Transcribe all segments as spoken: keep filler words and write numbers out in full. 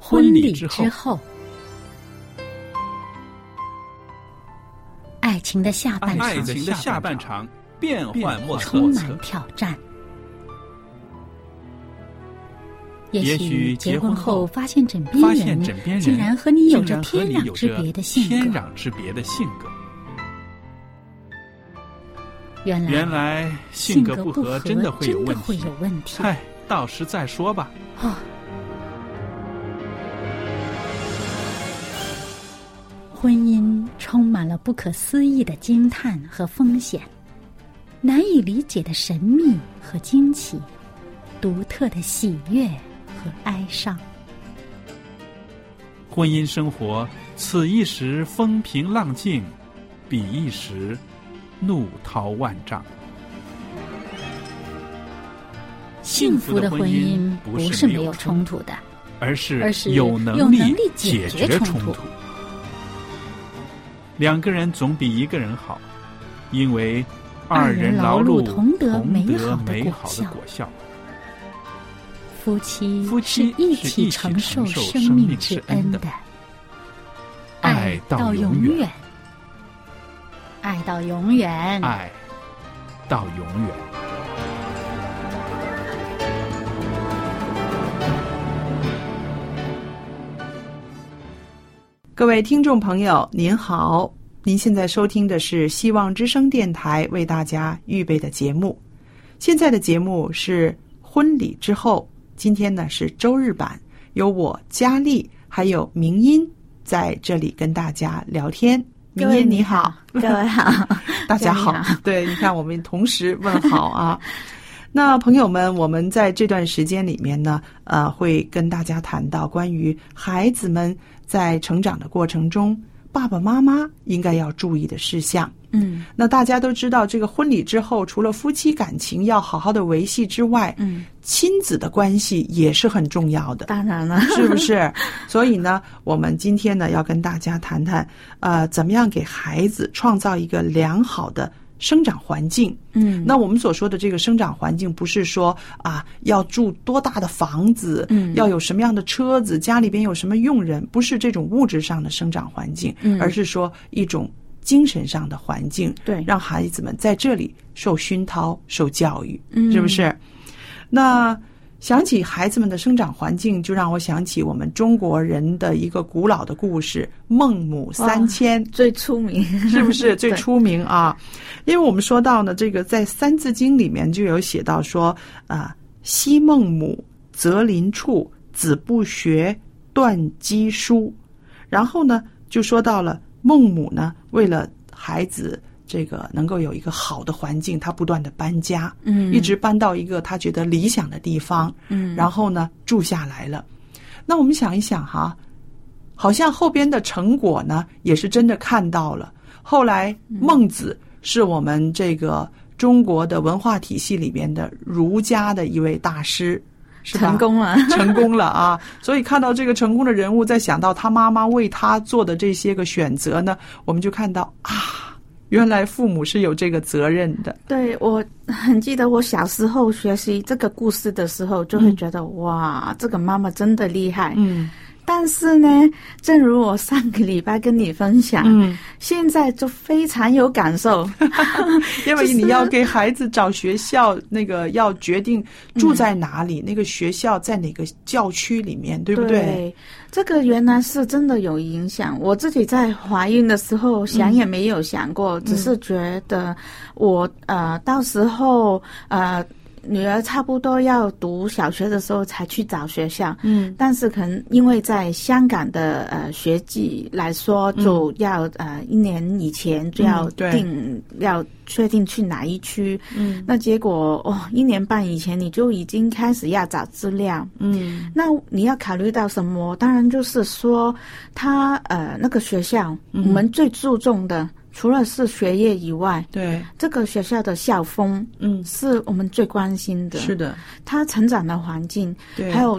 婚礼之后，爱情的下半场， 爱情的下半场变幻莫测， 充满挑战。也许结婚后发现枕边人竟然和你有着天壤之别的性格， 天壤之别的性格。 原来原来性格不合真的会有问题， 会有问题。 嗨，到时再说吧。 哦，婚姻充满了不可思议的惊叹和风险，难以理解的神秘和惊奇，独特的喜悦和哀伤。 婚姻生活，此一时风平浪静，彼一时怒涛万丈。 幸福的婚姻不是没有冲突的， 而是而是有能力解决冲突。两个人总比一个人好，因为二人劳碌同得美好的果效。 夫妻夫妻是一起承受生命之恩的， 爱到永远， 爱到永远， 爱到永远。 各位听众朋友您好，您现在收听的是希望之声电台为大家预备的节目。现在的节目是婚礼之后，今天呢是周日版，由我佳丽还有明音在这里跟大家聊天。明音你好。 各位好。 大家好。对，你看我们同时问好啊。那朋友们，我们在这段时间里面呢，呃，会跟大家谈到关于孩子们在成长的过程中，爸爸妈妈应该要注意的事项。 嗯， 那大家都知道，这个婚礼之后，除了夫妻感情要好好的维系之外， 嗯， 亲子的关系也是很重要的。 当然了， 是不是？所以呢，我们今天呢要跟大家谈谈，呃，怎么样给孩子创造一个良好的生长环境。 嗯， 那我们所说的这个生长环境，不是说啊要住多大的房子， 嗯， 要有什么样的车子，家里边有什么佣人，不是这种物质上的生长环境， 嗯， 而是说一种精神上的环境， 对， 让孩子们在这里受熏陶、受教育， 嗯， 是不是？那想起孩子们的生长环境，就让我想起我们中国人的一个古老的故事——孟母三迁， 最出名， 是不是最出名啊？因为我们说到呢，这个在《三字经》里面就有写到说啊，昔孟母，择邻处，子不学，断机书。然后呢，就说到了孟母呢，为了孩子这个能够有一个好的环境，他不断的搬家， 嗯， 一直搬到一个他觉得理想的地方， 嗯， 然后呢住下来了。那我们想一想哈，好像后边的成果呢也是真的看到了。后来孟子是我们这个中国的文化体系里边的儒家的一位大师，是吧？ 成功了， 成功了啊！所以看到这个成功的人物，再想到他妈妈为他做的这些个选择呢，我们就看到啊，原来父母是有这个责任的。 对，我很记得我小时候学习这个故事的时候，就会觉得、嗯、哇，这个妈妈真的厉害。 嗯。 但是呢，正如我上个礼拜跟你分享， 嗯， 现在就非常有感受， 因为你要给孩子找学校，那个要决定住在哪里，嗯、那个学校在哪个教区里面，对不对？ 对，这个原来是真的有影响。我自己在怀孕的时候想也没有想过，嗯、只是觉得我呃到时候呃。女儿差不多要读小学的时候才去找学校， 嗯， 但是可能因为在香港的呃学制来说，就要、嗯、呃一年以前就要定、嗯、要确定去哪一区， 嗯， 那结果哦一年半以前你就已经开始要找资料， 嗯， 那你要考虑到什么？当然就是说，他呃那个学校、嗯、我们最注重的。除了是学业以外， 对这个学校的校风， 嗯， 是我们最关心的。 是的， 他成长的环境， 对， 还有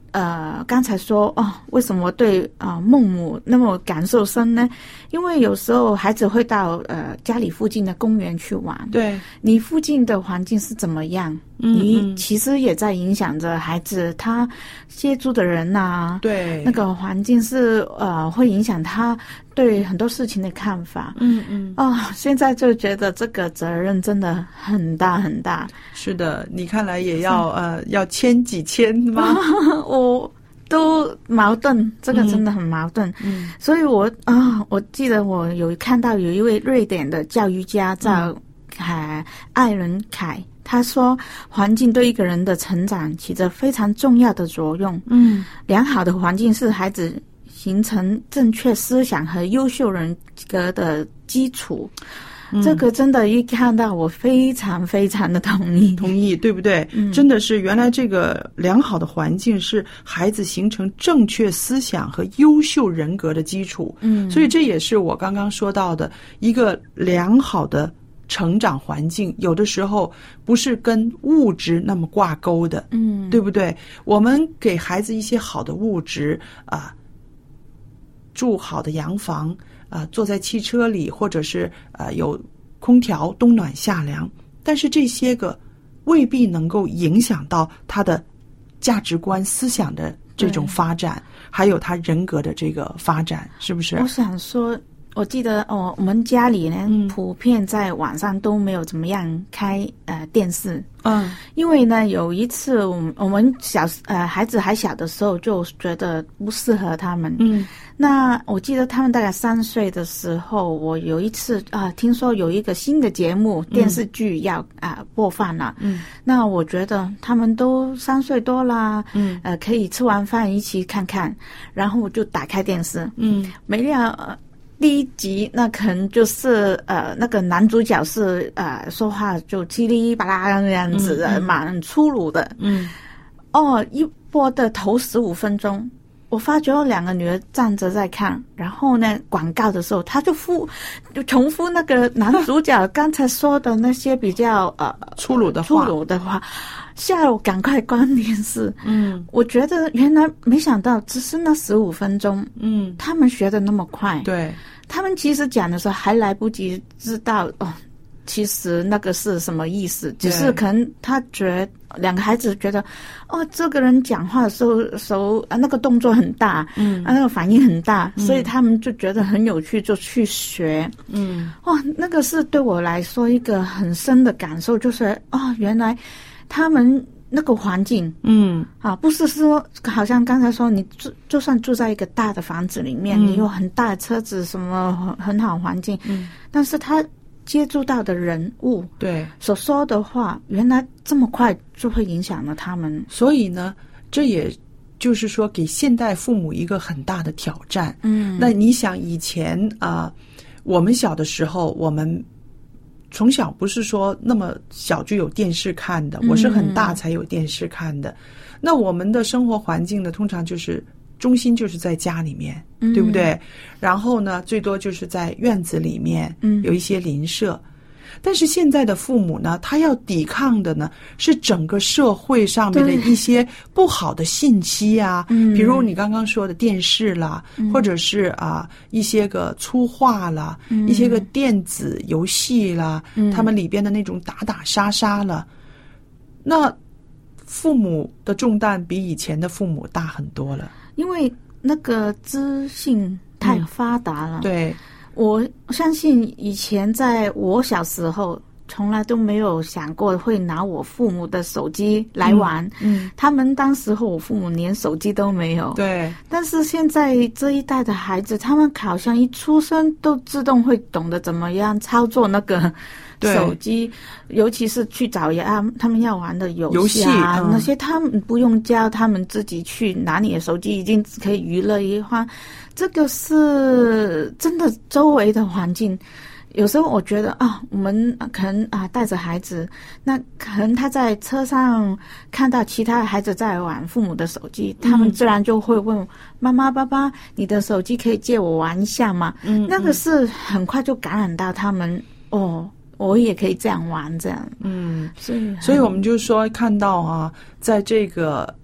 呃，刚才说哦，为什么对啊、呃、孟母那么感受深呢？因为有时候孩子会到呃家里附近的公园去玩， 对， 你附近的环境是怎么样？ 嗯你其实也在影响着孩子他接触的人呐、啊， 对， 那个环境是呃会影响他对很多事情的看法。 嗯嗯啊、哦，现在就觉得这个责任真的很大很大。 是的，你看来也要呃要签几签吗？ 我都矛盾，这个真的很矛盾。 嗯， 所以我啊、我记得我有看到有一位瑞典的教育家叫凯艾伦凯，他说环境对一个人的成长起着非常重要的作用。 嗯， 良好的环境是孩子形成正确思想和优秀人格的基础。 嗯、 这个真的，一看到我非常非常的同意， 同意，对不对？ 嗯， 真的是，原来这个良好的环境是孩子形成正确思想和优秀人格的基础。 嗯， 所以这也是我刚刚说到的一个良好的成长环境，有的时候不是跟物质那么挂钩的， 嗯， 对不对？我们给孩子一些好的物质啊，住好的洋房。啊、呃，坐在汽车里，或者是呃有空调，冬暖夏凉，但是这些个未必能够影响到他的价值观、思想的这种发展，还有他人格的这个发展，是不是？ 我想说，我记得哦，我们家里呢， 嗯、 普遍在晚上都没有怎么样开呃电视。 嗯， 因为呢，有一次我们我们小呃孩子还小的时候，就觉得不适合他们。 嗯。 那我记得他们大概三岁的时候，我有一次啊，听说有一个新的节目电视剧要啊播放了。嗯，那我觉得他们都三岁多啦，嗯，呃，可以吃完饭一起看看，然后我就打开电视，嗯，没料、呃、第一集那可能就是呃那个男主角是呃说话就叽里吧啦那样子的，蛮粗鲁的，嗯，哦，一播的头十五分钟。我发觉我两个女儿站着在看，然后呢，广告的时候，他就复就重复那个男主角刚才说的那些比较呃粗鲁的话， 粗鲁的话，吓得我赶快关电视。 嗯， 我觉得原来没想到，只是那十五分钟，嗯，他们学得那么快， 对， 他们其实讲的时候还来不及知道哦。其实那个是什么意思？只是可能他觉两个孩子觉得，哦，这个人讲话的时候手啊那个动作很大，嗯，啊那个反应很大，嗯、所以他们就觉得很有趣，就去学，嗯，哇，那个是对我来说一个很深的感受，就是哦，原来他们那个环境，嗯，啊，不是说好像刚才说你住就算住在一个大的房子里面，嗯、你有很大的车子，什么很很好环境，嗯，但是他。接触到的人物， 对所说的话，原来这么快就会影响了他们。 所以呢，这也就是说给现代父母一个很大的挑战。嗯，那你想以前啊、呃，我们小的时候，我们从小不是说那么小就有电视看的，我是很大才有电视看的。嗯、那我们的生活环境呢，通常就是中心就是在家里面。对不对？然后呢，最多就是在院子里面有一些邻舍。但是现在的父母呢，他要抵抗的呢是整个社会上面的一些不好的信息啊，比如你刚刚说的电视啦，嗯、或者是啊一些个粗话啦，嗯、一些个电子游戏啦，嗯、他们里边的那种打打杀杀了，那父母的重担比以前的父母大很多了， 因为。那个资讯太发达了， 嗯、对， 我相信以前在我小时候，从来都没有想过会拿我父母的手机来玩。嗯，嗯他们当时候我父母连手机都没有。 对， 但是现在这一代的孩子，他们好像一出生都自动会懂得怎么样操作那个。手机，尤其是去找呀，他们要玩的游戏啊， 游戏嗯、 那些他们不用教，他们自己去拿你的手机，已经可以娱乐一番。这个是真的，周围的环境。有时候我觉得啊，我们可能啊带着孩子，那可能他在车上看到其他的孩子在玩父母的手机，他们自然就会问妈妈、爸爸，你的手机可以借我玩一下吗？嗯，那个是很快就感染到他们哦。我也可以这样玩，这样， 嗯，所以，所以我们就说看到啊，在这个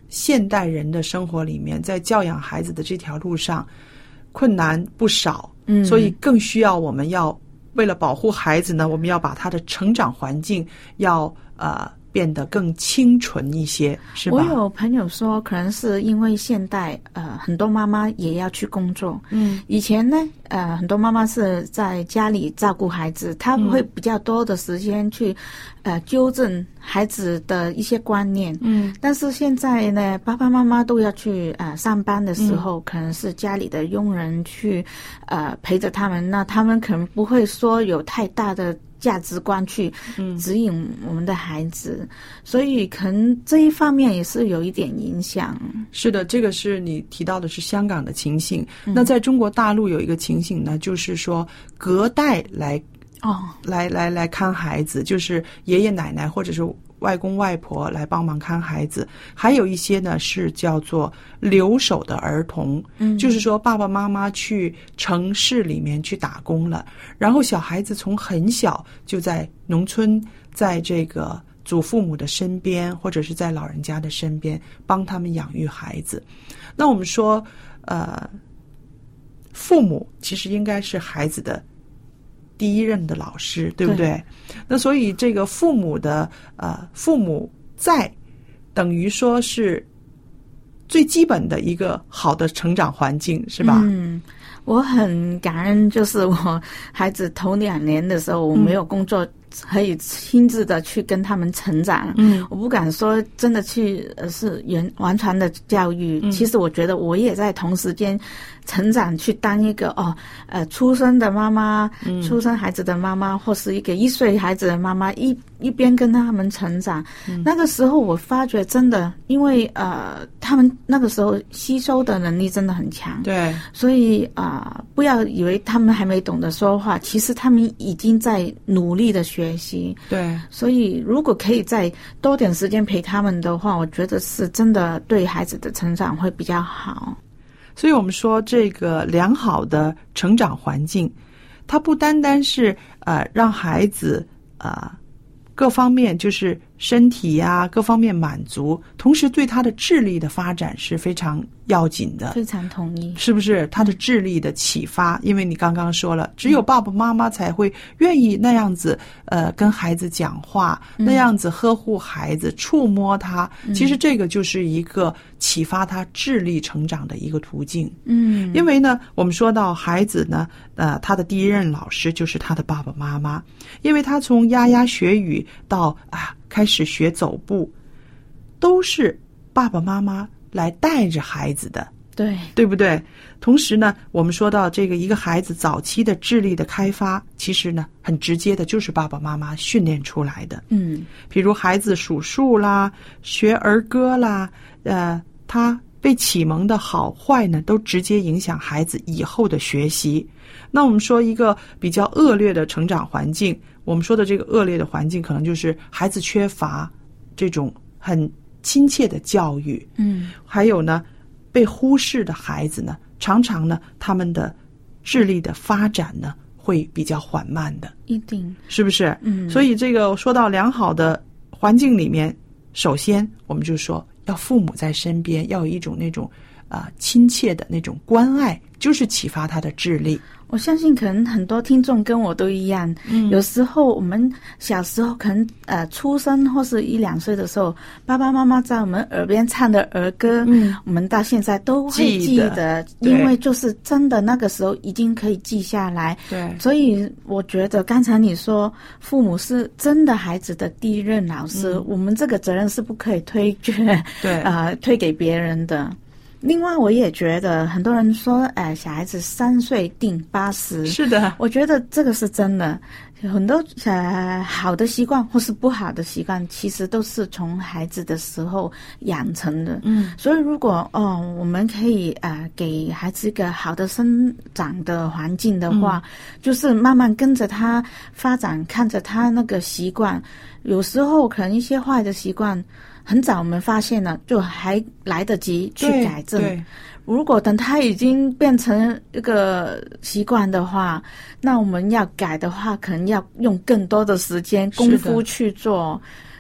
现代人的生活里面，在教养孩子的这条路上困难不少，嗯，所以更需要我们要为了保护孩子呢，我们要把他的成长环境要呃变得更清纯一些，是吧？ 我有朋友说，可能是因为现代呃很多妈妈也要去工作，嗯，以前呢呃很多妈妈是在家里照顾孩子，她会比较多的时间去、嗯、呃纠正孩子的一些观念，嗯，但是现在呢，爸爸妈妈都要去呃上班的时候，嗯、可能是家里的佣人去呃陪着他们，那他们可能不会说有太大的价值观去指引我们的孩子、嗯、所以可能这一方面也是有一点影响。 是的，这个是你提到的是香港的情形、嗯、那在中国大陆有一个情形呢，就是说隔代来哦，来来来看孩子，就是爷爷奶奶或者是外公外婆来帮忙看孩子，还有一些呢是叫做留守的儿童，嗯，就是说爸爸妈妈去城市里面去打工了，然后小孩子从很小就在农村，在这个祖父母的身边或者是在老人家的身边帮他们养育孩子。那我们说呃，父母其实应该是孩子的第一任的老师，对不对？对，那所以这个父母的呃父母在等于说是最基本的一个好的成长环境，是吧？ 嗯，我很感恩，就是我孩子头两年的时候我没有工作、嗯、可以亲自的去跟他们成长。嗯，我不敢说真的去呃是完完全的教育、嗯、其实我觉得我也在同时间成长，去当一个哦呃出生的妈妈、嗯、出生孩子的妈妈，或是一个一岁孩子的妈妈，一一边跟他们成长、嗯、那个时候我发觉真的，因为呃他们那个时候吸收的能力真的很强， 对， 所以啊、呃、不要以为他们还没懂得说话，其实他们已经在努力的学习， 对， 所以如果可以再多点时间陪他们的话，我觉得是真的对孩子的成长会比较好。 所以我们说这个良好的成长环境，它不单单是呃让孩子呃各方面就是身体呀、啊、各方面满足，同时对他的智力的发展是非常要紧的。 非常同意， 是不是？他的智力的启发，因为你刚刚说了，只有爸爸妈妈才会愿意那样子呃跟孩子讲话、嗯、那样子呵护孩子，触摸他、嗯、其实这个就是一个启发他智力成长的一个途径。嗯，因为呢我们说到孩子呢呃他的第一任老师就是他的爸爸妈妈，因为他从牙牙学语到啊开始学走步，都是爸爸妈妈来带着孩子的， 对， 对不对？同时呢，我们说到这个一个孩子早期的智力的开发，其实呢，很直接的就是爸爸妈妈训练出来的。嗯，比如孩子数数啦，学儿歌啦，呃，他被启蒙的好坏呢，都直接影响孩子以后的学习。那我们说一个比较恶劣的成长环境，我们说的这个恶劣的环境，可能就是孩子缺乏这种很亲切的教育，嗯，还有呢，被忽视的孩子呢，常常呢，他们的智力的发展呢，会比较缓慢的， 一定是不是？嗯，所以这个说到良好的环境里面，首先我们就说要父母在身边，要有一种那种啊、呃、亲切的那种关爱，就是启发他的智力。 我相信可能很多听众跟我都一样，嗯，有时候我们小时候可能呃出生或是一两岁的时候，爸爸妈妈在我们耳边唱的儿歌，嗯，我们到现在都会记得，记得因为就是真的那个时候已经可以记下来。对，所以我觉得刚才你说父母是真的孩子的第一任老师，嗯，我们这个责任是不可以推却，对啊、呃，推给别人的。另外我也觉得很多人说呃，小孩子三岁定八十， 是的， 我觉得这个是真的。很多呃好的习惯或是不好的习惯，其实都是从孩子的时候养成的。嗯，所以如果哦我们可以呃给孩子一个好的生长的环境的话，嗯，就是慢慢跟着他发展，看着他那个习惯，有时候可能一些坏的习惯很早我们发现了，就还来得及去改正。对，如果等他已经变成一个习惯的话，那我们要改的话，可能要用更多的时间功夫去做。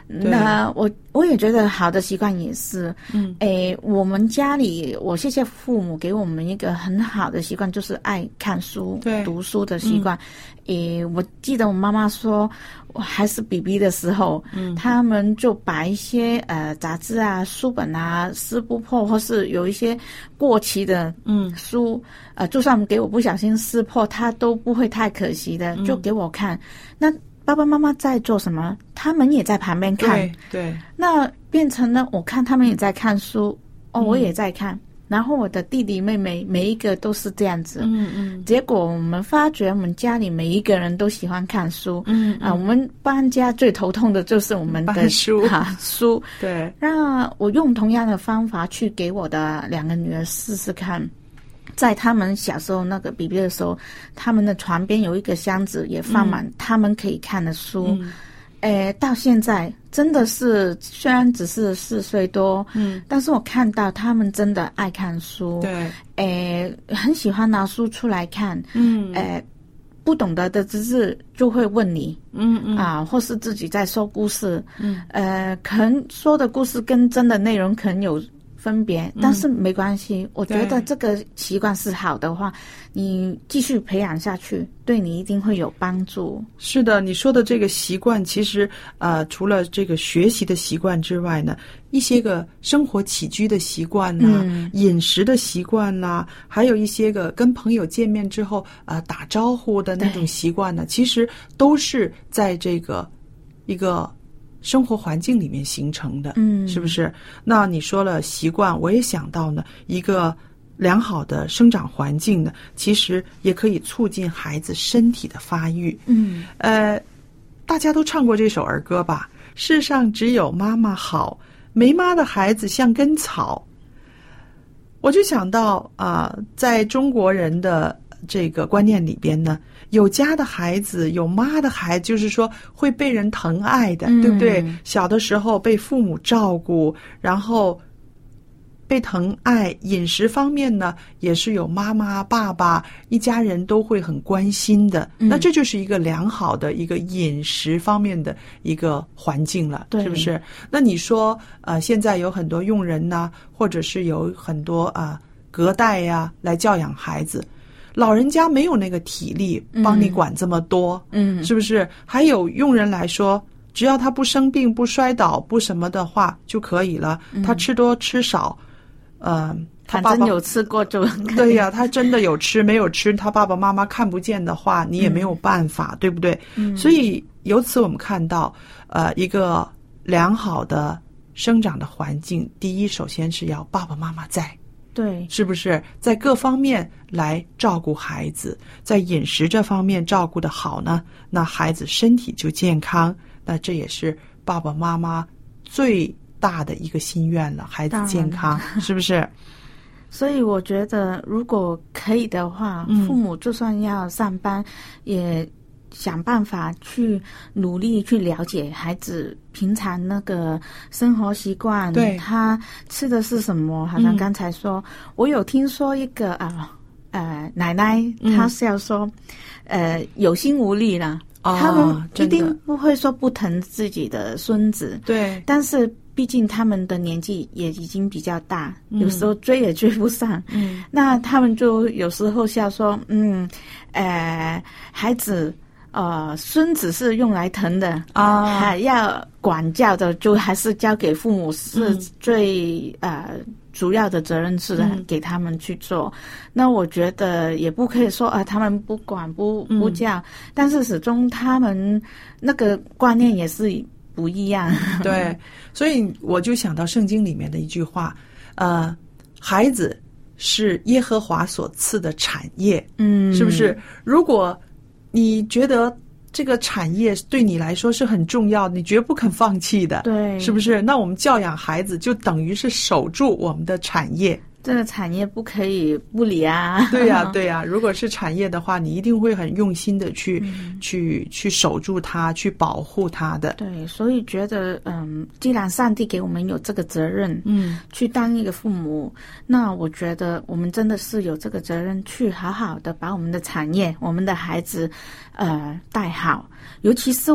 那我我也觉得好的习惯也是，嗯，诶，我们家里，我谢谢父母给我们一个很好的习惯，就是爱看书、读书的习惯。嗯、诶，我记得我妈妈说，我还是 B B 的时候，嗯，他们就把一些呃杂志啊、书本啊撕不破，或是有一些过期的嗯书，呃，就算给我不小心撕破，它都不会太可惜的，就给我看。嗯、那爸爸妈妈在做什么？他们也在旁边看。 对对。 那变成了我看他们也在看书，哦，我也在看。嗯、然后我的弟弟妹妹每一个都是这样子。嗯嗯。结果我们发觉我们家里每一个人都喜欢看书。嗯啊，我们搬家最头痛的就是我们的书啊书。 对。 那我用同样的方法去给我的两个女儿试试看。在他们小时候那个 B B 的时候，他们的床边有一个箱子，也放满他们可以看的书。嗯，诶，到现在真的是虽然只是四岁多，嗯，但是我看到他们真的爱看书。 对， 诶，很喜欢拿书出来看。嗯，诶，不懂得的字就会问你。嗯嗯啊，或是自己在说故事。嗯，呃，可能说的故事跟真的内容可能有分别，但是没关系、嗯、我觉得这个习惯是好的话，你继续培养下去，对你一定会有帮助。 是的，你说的这个习惯其实呃，除了这个学习的习惯之外呢，一些个生活起居的习惯呐、嗯、饮食的习惯呐，还有一些个跟朋友见面之后呃打招呼的那种习惯呢，其实都是在这个一个生活环境里面形成的，嗯，是不是？那你说了习惯，我也想到呢，一个良好的生长环境呢，其实也可以促进孩子身体的发育。嗯，呃，大家都唱过这首儿歌吧？世上只有妈妈好，没妈的孩子像根草。我就想到啊、呃，在中国人的这个观念里边呢，有家的孩子，有妈的孩子，就是说会被人疼爱的，嗯、对不对？小的时候被父母照顾，然后被疼爱，饮食方面呢，也是有妈妈、爸爸，一家人都会很关心的。嗯、那这就是一个良好的一个饮食方面的一个环境了，是不是？那你说，呃，现在有很多佣人呐、啊，或者是有很多啊、呃、隔代呀、啊、来教养孩子。老人家没有那个体力帮你管这么多，嗯，是不是？还有佣人来说，只要他不生病、不摔倒、不什么的话就可以了。嗯、他吃多吃少，呃，他爸爸反正有吃过就对呀、啊，他真的有吃，没有吃，他爸爸妈妈看不见的话，你也没有办法，嗯、对不对？嗯，所以由此我们看到，呃，一个良好的生长的环境，第一，首先是要爸爸妈妈在。 对， 是不是在各方面来照顾孩子，在饮食这方面照顾得好呢？那孩子身体就健康，那这也是爸爸妈妈最大的一个心愿了，孩子健康，是不是？ 所以我觉得，如果可以的话，父母就算要上班，嗯、也想办法去努力去了解孩子平常那个生活习惯， 对， 他吃的是什么？好像刚才说，嗯、我有听说一个啊呃奶奶，她是要说，嗯、呃有心无力了，哦、他们一定不会说不疼自己的孙子， 对， 但是毕竟他们的年纪也已经比较大，嗯、有时候追也追不上，嗯，那他们就有时候是要说，嗯，呃，孩子。呃，孙子是用来疼的啊，还要管教的，就还是交给父母是最、嗯、呃主要的责任是给他们去做。嗯、那我觉得也不可以说啊、呃，他们不管不不教，嗯、但是始终他们那个观念也是不一样。 对，所以我就想到圣经里面的一句话，呃，孩子是耶和华所赐的产业，嗯，是不是？如果你觉得这个产业对你来说是很重要的，你绝不肯放弃的， 对， 是不是？那我们教养孩子就等于是守住我们的产业， 这个产业不可以不理啊。 对呀、啊、对呀、啊，如果是产业的话，你一定会很用心的去、嗯、去去守住它，去保护它的。 对，所以觉得嗯，既然上帝给我们有这个责任，嗯，去当一个父母，那我觉得我们真的是有这个责任去好好的把我们的产业、我们的孩子呃带好。尤其是我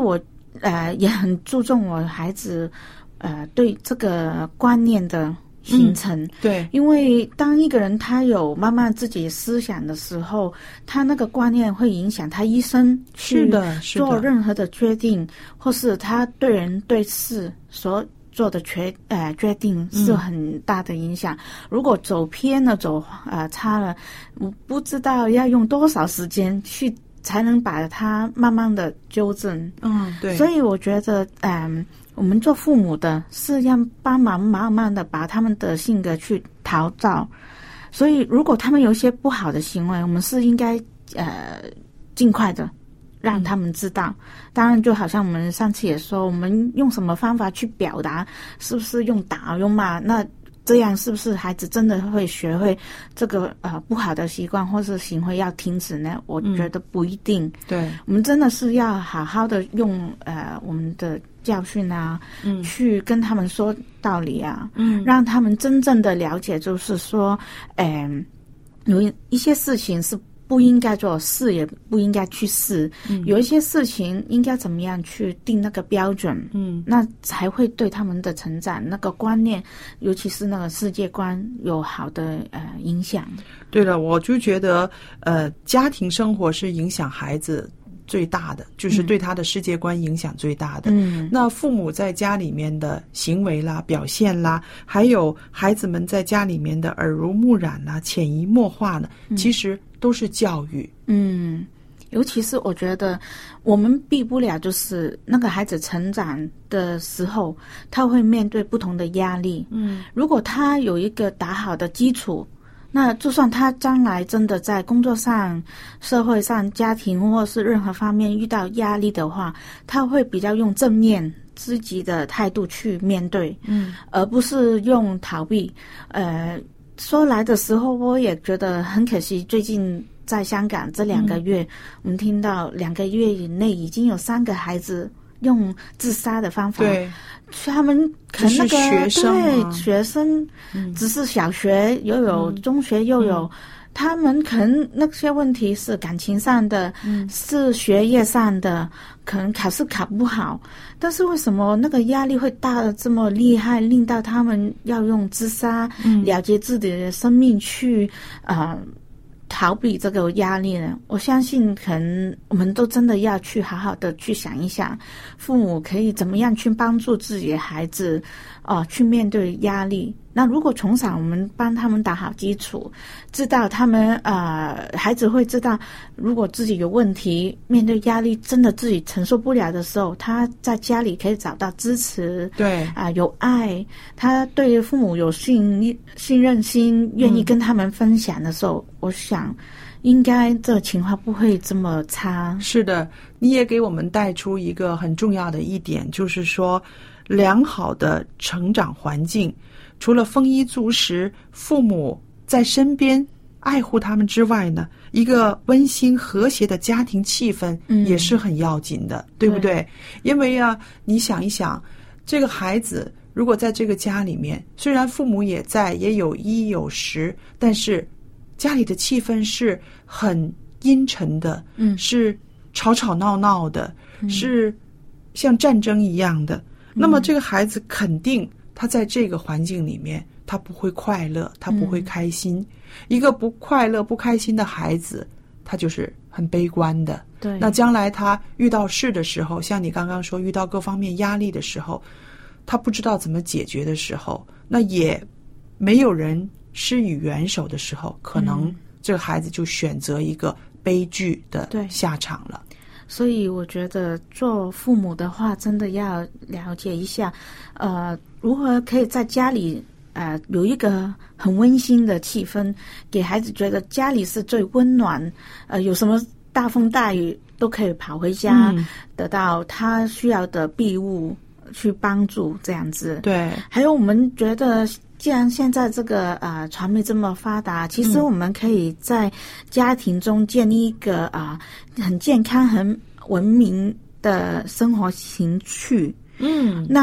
呃也很注重我孩子呃对这个观念的形成、嗯、 对， 因为当一个人他有慢慢自己思想的时候，他那个观念会影响他一生去做任何的决定，或是他对人对事所做的决呃决定是很大的影响、嗯、如果走偏了走呃差了，我不知道要用多少时间去才能把它慢慢的纠正。 嗯，对。 所以我觉得嗯、呃，我们做父母的是要帮忙慢慢的把他们的性格去陶造，所以如果他们有一些不好的行为，我们是应该呃尽快的让他们知道、嗯、当然就好像我们上次也说，我们用什么方法去表达，是不是用打用骂，那这样是不是孩子真的会学会这个呃不好的习惯或是行为要停止呢？我觉得不一定、嗯、 对， 我们真的是要好好的用呃我们的教训啊、嗯、去跟他们说道理啊，嗯，让他们真正的了解，就是说嗯、呃、有一些事情是不应该做，试也不应该去试、嗯、有一些事情应该怎么样去定那个标准，嗯，那才会对他们的成长那个观念，尤其是那个世界观有好的呃影响。 对了，我就觉得呃家庭生活是影响孩子最大的，就是对他的世界观影响最大的。嗯，那父母在家里面的行为啦、表现啦，还有孩子们在家里面的耳濡目染啦、潜移默化呢，嗯、其实都是教育。 嗯，尤其是我觉得我们避不了，就是那个孩子成长的时候，他会面对不同的压力。嗯，如果他有一个打好的基础，那就算他将来真的在工作上、社会上、家庭或是任何方面遇到压力的话，他会比较用正面积极的态度去面对，嗯，而不是用逃避。呃，说来的时候，我也觉得很可惜，最近在香港这两个月，嗯、我们听到两个月以内已经有三个孩子用自杀的方法， 对， 他们可能那个学生、啊、 对学生、嗯，只是小学又有、嗯、中学又有、嗯，他们可能那些问题是感情上的、嗯，是学业上的，可能考试考不好，但是为什么那个压力会大得这么厉害，令到他们要用自杀、嗯、了结自己的生命去啊？呃逃避这个压力呢？我相信可能我们都真的要去好好的去想一想，父母可以怎么样去帮助自己的孩子啊、呃，去面对压力。那如果从小我们帮他们打好基础，知道他们呃孩子会知道，如果自己有问题，面对压力真的自己承受不了的时候，他在家里可以找到支持， 对啊、呃、有爱，他对父母有信信任心，愿意跟他们分享的时候，嗯、我想应该这情况不会这么差。 是的，你也给我们带出一个很重要的一点，就是说良好的成长环境，除了丰衣足食，父母在身边爱护他们之外呢，一个温馨和谐的家庭气氛也是很要紧的、嗯、对不对？因为啊，你想一想，这个孩子如果在这个家里面，虽然父母也在，也有衣有食，但是家里的气氛是很阴沉的，嗯，是吵吵闹闹的、嗯、是像战争一样的、嗯、那么这个孩子肯定他在这个环境里面他不会快乐，他不会开心、嗯、一个不快乐不开心的孩子，他就是很悲观的。 对， 那将来他遇到事的时候，像你刚刚说遇到各方面压力的时候，他不知道怎么解决的时候，那也没有人施以援手的时候，可能这个孩子就选择一个悲剧的下场了。 所以我觉得做父母的话，真的要了解一下，呃，如何可以在家里呃有一个很温馨的气氛，给孩子觉得家里是最温暖，呃，有什么大风大雨都可以跑回家，嗯、得到他需要的庇护，去帮助这样子。 对， 还有我们觉得，既然现在这个呃传媒这么发达，其实我们可以在家庭中建立一个啊、呃、很健康、很文明的生活情趣。嗯，那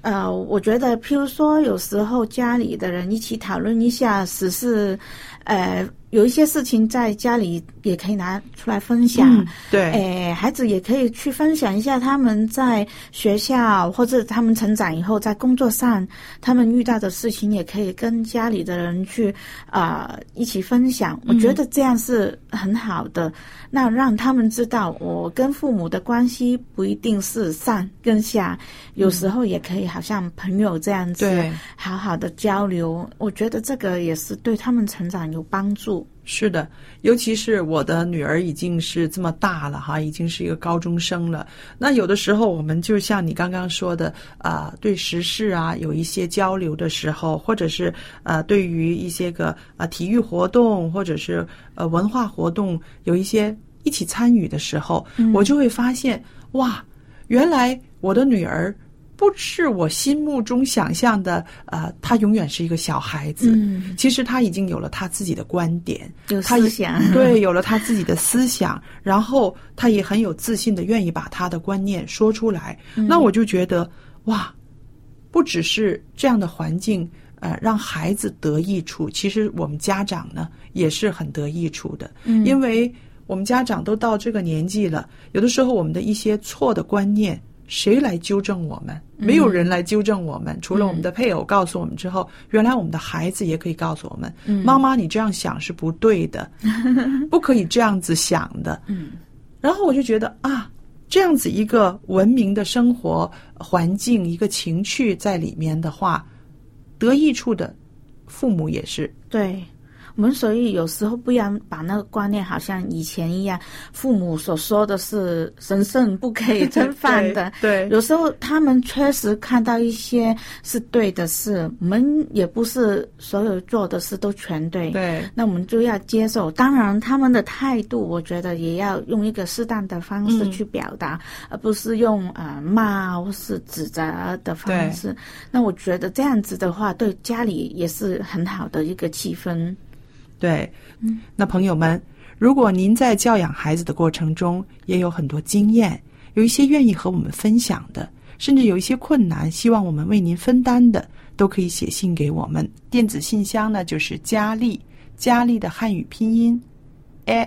呃，我觉得譬如说有时候家里的人一起讨论一下时事，呃有一些事情在家里也可以拿出来分享， 嗯、对， 诶，孩子也可以去分享一下他们在学校或者他们成长以后在工作上他们遇到的事情，也可以跟家里的人去啊、呃、一起分享。我觉得这样是很好的，嗯、那让他们知道我跟父母的关系不一定是上跟下，有时候也可以好像朋友这样子， 对， 好好的交流。我觉得这个也是对他们成长有帮助。 是的，尤其是我的女儿已经是这么大了哈，已经是一个高中生了。那有的时候我们就像你刚刚说的啊、呃，对时事啊有一些交流的时候，或者是呃对于一些个啊、呃、体育活动或者是呃文化活动有一些一起参与的时候，嗯、我就会发现哇，原来我的女儿不是我心目中想象的，呃，他永远是一个小孩子。嗯，其实他已经有了他自己的观点， 有思想， 对，有了他自己的思想，然后他也很有自信的愿意把他的观念说出来。嗯、那我就觉得，哇，不只是这样的环境，呃，让孩子得益处，其实我们家长呢也是很得益处的，嗯、因为我们家长都到这个年纪了，有的时候我们的一些错的观念，谁来纠正我们？没有人来纠正我们，嗯、除了我们的配偶告诉我们之后，嗯、原来我们的孩子也可以告诉我们：嗯、妈妈，你这样想是不对的，不可以这样子想的。嗯，然后我就觉得啊，这样子一个文明的生活环境，一个情趣在里面的话，得益处的父母也是对。我们所以有时候不要把那个观念好像以前一样，父母所说的是神圣不可以侵犯的。 对，对， 有时候他们确实看到一些是对的事，我们也不是所有做的事都全对。 对， 那我们就要接受。当然，他们的态度，我觉得也要用一个适当的方式去表达，嗯、而不是用呃骂或是指责的方式。那我觉得这样子的话，对家里也是很好的一个气氛。 对，那朋友们，如果您在教养孩子的过程中也有很多经验，有一些愿意和我们分享的，甚至有一些困难希望我们为您分担的，都可以写信给我们。电子信箱呢就是佳丽，佳丽的汉语拼音 at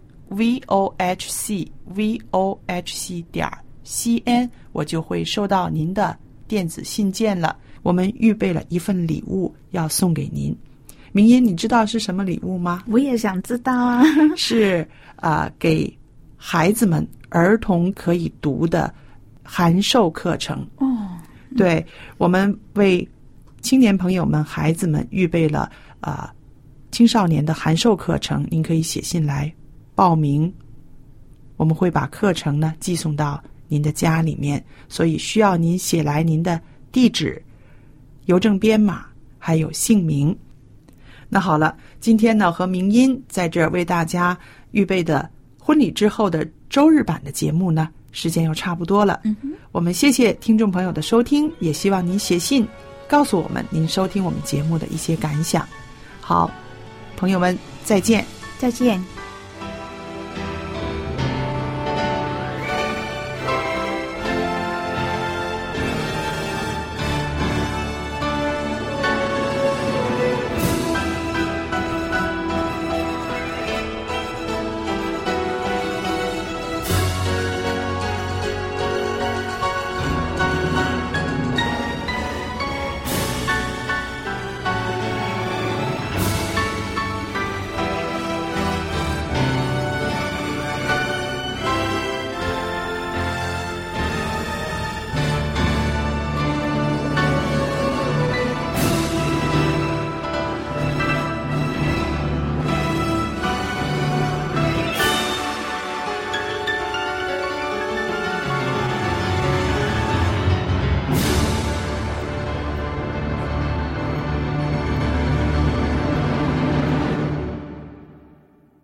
vohc vohc 点 cn， 我就会收到您的电子信件了。我们预备了一份礼物要送给您。明音，你知道是什么礼物吗？ 我也想知道啊。 是啊、呃，给孩子们儿童可以读的函授课程。 哦， 对，我们为青年朋友们、孩子们预备了啊、呃、青少年的函授课程，您可以写信来报名，我们会把课程呢寄送到您的家里面，所以需要您写来您的地址、邮政编码还有姓名。那好了，今天呢和明音在这儿为大家预备的婚礼之后的周日版的节目呢，时间又差不多了。嗯哼，我们谢谢听众朋友的收听，也希望您写信告诉我们您收听我们节目的一些感想。好，朋友们再见。 再见。